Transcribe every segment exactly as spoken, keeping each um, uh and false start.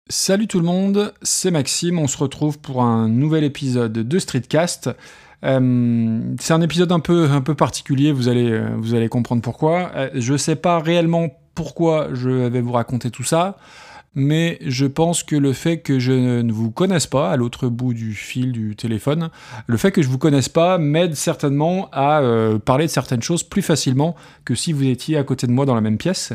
Salut tout le monde, c'est Maxime, on se retrouve pour un nouvel épisode de Streetcast. Euh, c'est un épisode un peu, un peu particulier, vous allez, euh, vous allez comprendre pourquoi. Euh, je sais pas réellement pourquoi je vais vous raconter tout ça, mais je pense que le fait que je ne vous connaisse pas à l'autre bout du fil du téléphone, le fait que je vous connaisse pas m'aide certainement à euh, parler de certaines choses plus facilement que si vous étiez à côté de moi dans la même pièce.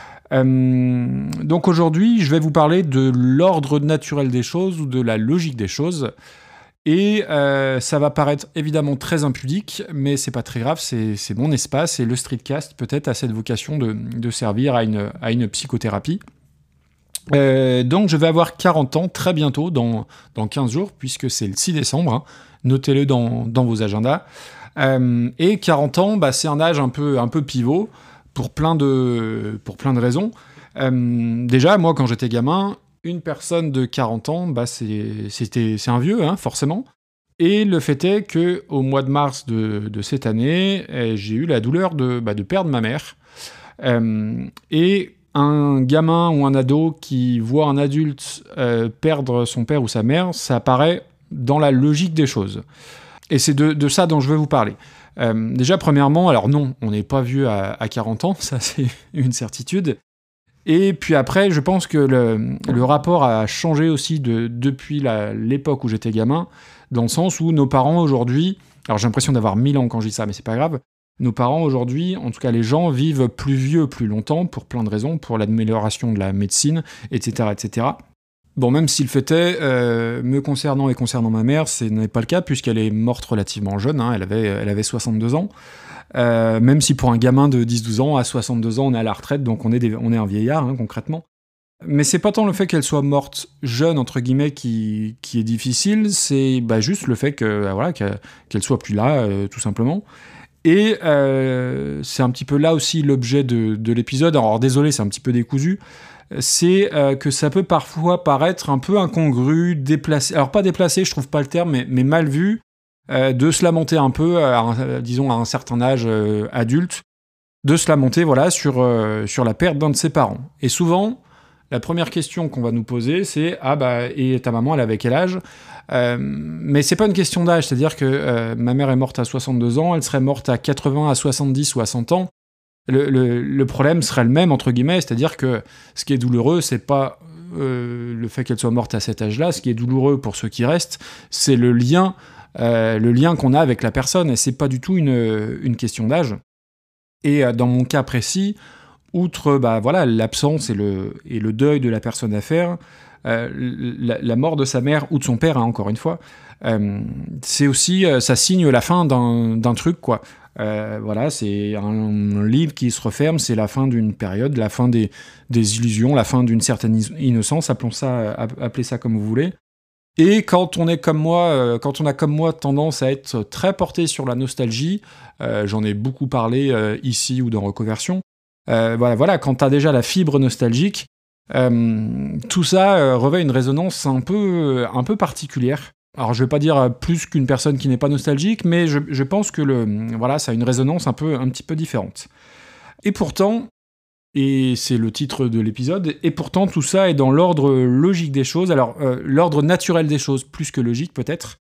Euh, donc aujourd'hui, je vais vous parler de l'ordre naturel des choses ou de la logique des choses. Et euh, ça va paraître évidemment très impudique, mais c'est pas très grave, c'est, c'est mon espace et le streetcast peut-être a cette vocation de, de servir à une, à une psychothérapie. Euh, donc je vais avoir quarante ans très bientôt, dans, dans quinze jours, puisque c'est le six décembre, hein. Notez-le dans, dans vos agendas. Euh, et quarante ans, bah, c'est un âge un peu, un peu pivot, pour plein de, pour plein de raisons. Euh, déjà, moi, quand j'étais gamin, une personne de quarante ans, bah, c'est, c'était, c'est un vieux, hein, forcément. Et le fait est qu'au mois de mars de, de cette année, eh, j'ai eu la douleur de, bah, de perdre ma mère. Euh, et un gamin ou un ado qui voit un adulte euh, perdre son père ou sa mère, ça apparaît dans la logique des choses. Et c'est de, de ça dont je veux vous parler. Euh, déjà, premièrement, alors non, on n'est pas vieux à, à quarante ans, ça c'est une certitude. Et puis après, je pense que le, le rapport a changé aussi de, depuis la, l'époque où j'étais gamin, dans le sens où nos parents aujourd'hui, alors j'ai l'impression d'avoir mille ans quand je dis ça, mais c'est pas grave, nos parents aujourd'hui, en tout cas les gens, vivent plus vieux plus longtemps, pour plein de raisons, pour l'amélioration de la médecine, et cetera, et cetera. Bon, même si le fait est, euh, me concernant et concernant ma mère, ce n'est pas le cas, puisqu'elle est morte relativement jeune, hein, elle avait, elle avait soixante-deux ans. Euh, même si pour un gamin de dix douze ans, à soixante-deux ans, on est à la retraite, donc on est, des, on est un vieillard, hein, concrètement. Mais c'est pas tant le fait qu'elle soit morte jeune, entre guillemets, qui, qui est difficile, c'est bah, juste le fait que, voilà, qu'elle, qu'elle soit plus là, euh, tout simplement. Et euh, c'est un petit peu là aussi l'objet de, de l'épisode. Alors désolé, c'est un petit peu décousu. C'est euh, que ça peut parfois paraître un peu incongru, déplacé. Alors pas déplacé, je trouve pas le terme, mais, mais mal vu, euh, de se lamenter un peu, à un, disons à un certain âge euh, adulte, de se lamenter voilà, sur, euh, sur la perte d'un de ses parents. Et souvent, la première question qu'on va nous poser, c'est « Ah bah, et ta maman, elle avait quel âge ?» euh, Mais c'est pas une question d'âge, c'est-à-dire que euh, ma mère est morte à soixante-deux ans, elle serait morte à quatre-vingts, à soixante-dix ou à cent ans. Le, le, le problème serait le même, entre guillemets, c'est-à-dire que ce qui est douloureux, c'est pas euh, le fait qu'elle soit morte à cet âge-là, ce qui est douloureux pour ceux qui restent, c'est le lien, euh, le lien qu'on a avec la personne, et c'est pas du tout une, une question d'âge. Et euh, dans mon cas précis, outre bah, voilà, l'absence et le, et le deuil de la personne à faire, euh, la, la mort de sa mère ou de son père, hein, encore une fois, euh, c'est aussi, euh, ça signe la fin d'un, d'un truc, quoi. Euh, voilà, c'est un livre qui se referme, c'est la fin d'une période, la fin des, des illusions, la fin d'une certaine innocence, appelons ça, appelez ça comme vous voulez. Et quand on est comme moi, euh, quand on a comme moi tendance à être très porté sur la nostalgie, euh, j'en ai beaucoup parlé euh, ici ou dans Reconversion, euh, voilà, voilà, quand t'as déjà la fibre nostalgique, euh, tout ça euh, revêt une résonance un peu, un peu particulière. Alors je vais pas dire plus qu'une personne qui n'est pas nostalgique, mais je, je pense que le, voilà, ça a une résonance un, peu, un petit peu différente. Et pourtant, et c'est le titre de l'épisode, et pourtant tout ça est dans l'ordre logique des choses, alors euh, l'ordre naturel des choses, plus que logique peut-être.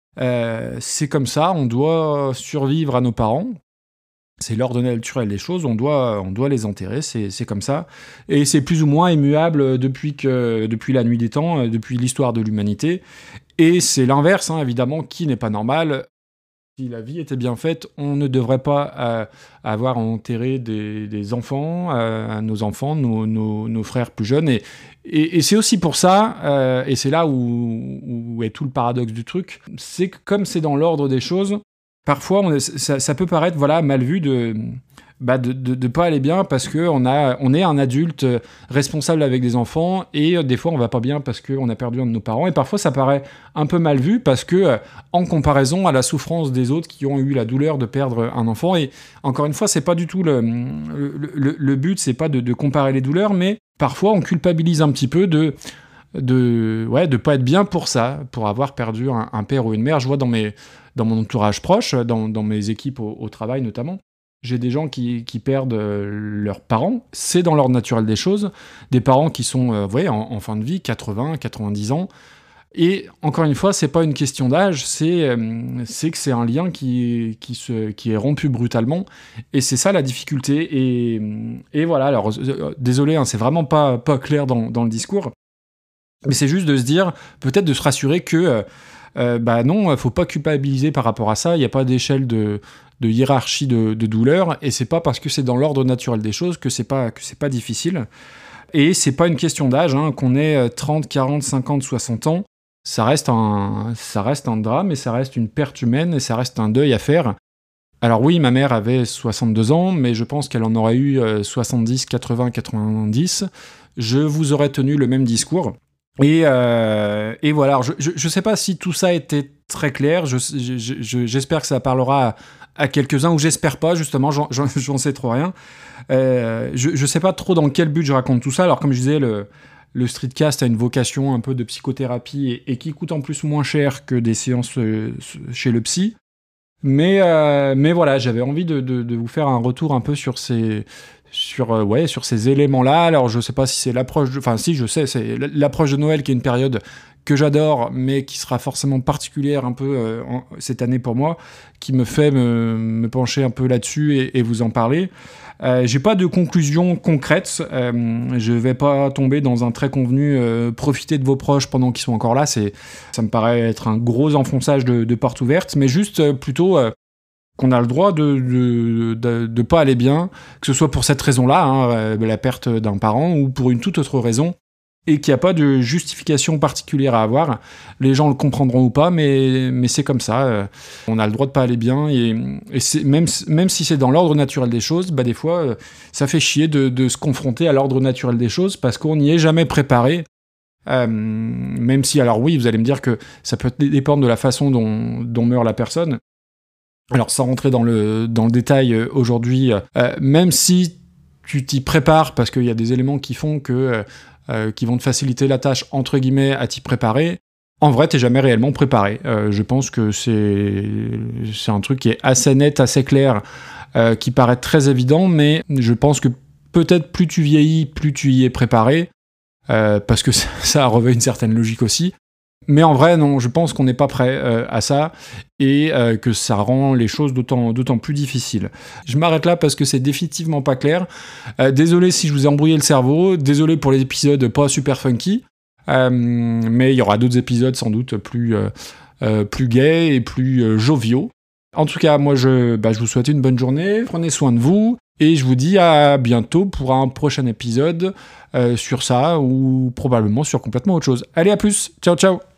Euh, c'est comme ça, on doit survivre à nos parents, c'est l'ordre naturel des choses, on doit, on doit les enterrer, c'est, c'est comme ça. Et c'est plus ou moins immuable depuis, que, depuis la nuit des temps, depuis l'histoire de l'humanité. Et c'est l'inverse, hein, évidemment, qui n'est pas normal. Si la vie était bien faite, on ne devrait pas euh, avoir enterré des, des enfants, euh, nos enfants, nos, nos, nos frères plus jeunes. Et, et, et c'est aussi pour ça, euh, et c'est là où, où est tout le paradoxe du truc, c'est que comme c'est dans l'ordre des choses, parfois on est, ça, ça peut paraître voilà, mal vu de... Bah de, de, de pas aller bien parce qu'on a, on est un adulte responsable avec des enfants et euh, des fois on va pas bien parce qu'on a perdu un de nos parents et parfois ça paraît un peu mal vu parce que euh, en comparaison à la souffrance des autres qui ont eu la douleur de perdre un enfant et encore une fois c'est pas du tout le, le, le, le but, c'est pas de, de comparer les douleurs mais parfois on culpabilise un petit peu de de ouais de pas être bien pour ça, pour avoir perdu un, un père ou une mère. Je vois dans mes dans mon entourage proche, dans, dans mes équipes au, au travail notamment. J'ai des gens qui, qui perdent euh, leurs parents, c'est dans l'ordre naturel des choses, des parents qui sont euh, vous voyez, en, en fin de vie, quatre-vingts, quatre-vingt-dix ans, et encore une fois, c'est pas une question d'âge, c'est, euh, c'est que c'est un lien qui, qui, se, qui est rompu brutalement, et c'est ça la difficulté, et, et voilà, alors euh, désolé, hein, c'est vraiment pas, pas clair dans, dans le discours, mais c'est juste de se dire, peut-être de se rassurer que, euh, euh, bah non, faut pas culpabiliser par rapport à ça, il n'y a pas d'échelle de, de hiérarchie de, de douleur, et c'est pas parce que c'est dans l'ordre naturel des choses que c'est pas, que c'est pas difficile. Et c'est pas une question d'âge, hein, qu'on ait trente, quarante, cinquante, soixante ans, ça reste, un, ça reste un drame, et ça reste une perte humaine, et ça reste un deuil à faire. Alors oui, ma mère avait soixante-deux ans, mais je pense qu'elle en aurait eu soixante-dix, quatre-vingts, quatre-vingt-dix. Je vous aurais tenu le même discours. Et, euh, et voilà, alors je, je, je sais pas si tout ça était très clair, je, je, je, j'espère que ça parlera à, à quelques-uns, ou j'espère pas, justement, j'en, j'en, j'en sais trop rien. Euh, je, je sais pas trop dans quel but je raconte tout ça, alors comme je disais, le... Le streetcast a une vocation un peu de psychothérapie et, et qui coûte en plus moins cher que des séances euh, chez le psy. Mais, euh, mais voilà, j'avais envie de, de, de vous faire un retour un peu sur ces, sur, euh, ouais, sur ces éléments-là. Alors je sais pas si c'est l'approche... De, enfin si, je sais, c'est l'approche de Noël qui est une période que j'adore, mais qui sera forcément particulière un peu euh, en, cette année pour moi, qui me fait me, me pencher un peu là-dessus et, et vous en parler. Euh, j'ai pas de conclusion concrète, euh, je vais pas tomber dans un trait convenu, euh, profiter de vos proches pendant qu'ils sont encore là, c'est, ça me paraît être un gros enfonçage de, de porte ouverte, mais juste euh, plutôt euh, qu'on a le droit de, de, de, de pas aller bien, que ce soit pour cette raison-là, hein, euh, la perte d'un parent, ou pour une toute autre raison, et qu'il n'y a pas de justification particulière à avoir. Les gens le comprendront ou pas, mais, mais c'est comme ça. Euh, on a le droit de pas aller bien, et, et c'est, même, même si c'est dans l'ordre naturel des choses, bah des fois, euh, ça fait chier de, de se confronter à l'ordre naturel des choses, parce qu'on n'y est jamais préparé. Euh, même si, alors oui, vous allez me dire que ça peut dépendre de la façon dont, dont meurt la personne. Alors sans rentrer dans le, dans le détail euh, aujourd'hui, euh, même si tu t'y prépares, parce qu'il y a des éléments qui font que... Euh, Euh, qui vont te faciliter la tâche, entre guillemets, à t'y préparer, en vrai, t'es jamais réellement préparé. Euh, je pense que c'est, c'est un truc qui est assez net, assez clair, euh, qui paraît très évident, mais je pense que peut-être plus tu vieillis, plus tu y es préparé, euh, parce que ça, ça revêt une certaine logique aussi. Mais en vrai, non, je pense qu'on n'est pas prêt euh, à ça, et euh, que ça rend les choses d'autant, d'autant plus difficiles. Je m'arrête là parce que c'est définitivement pas clair. Euh, désolé si je vous ai embrouillé le cerveau, désolé pour les épisodes pas super funky, euh, mais il y aura d'autres épisodes sans doute plus, euh, euh, plus gays et plus euh, joviaux. En tout cas, moi je, bah, je vous souhaite une bonne journée, prenez soin de vous, et je vous dis à bientôt pour un prochain épisode euh, sur ça, ou probablement sur complètement autre chose. Allez, à plus, ciao ciao.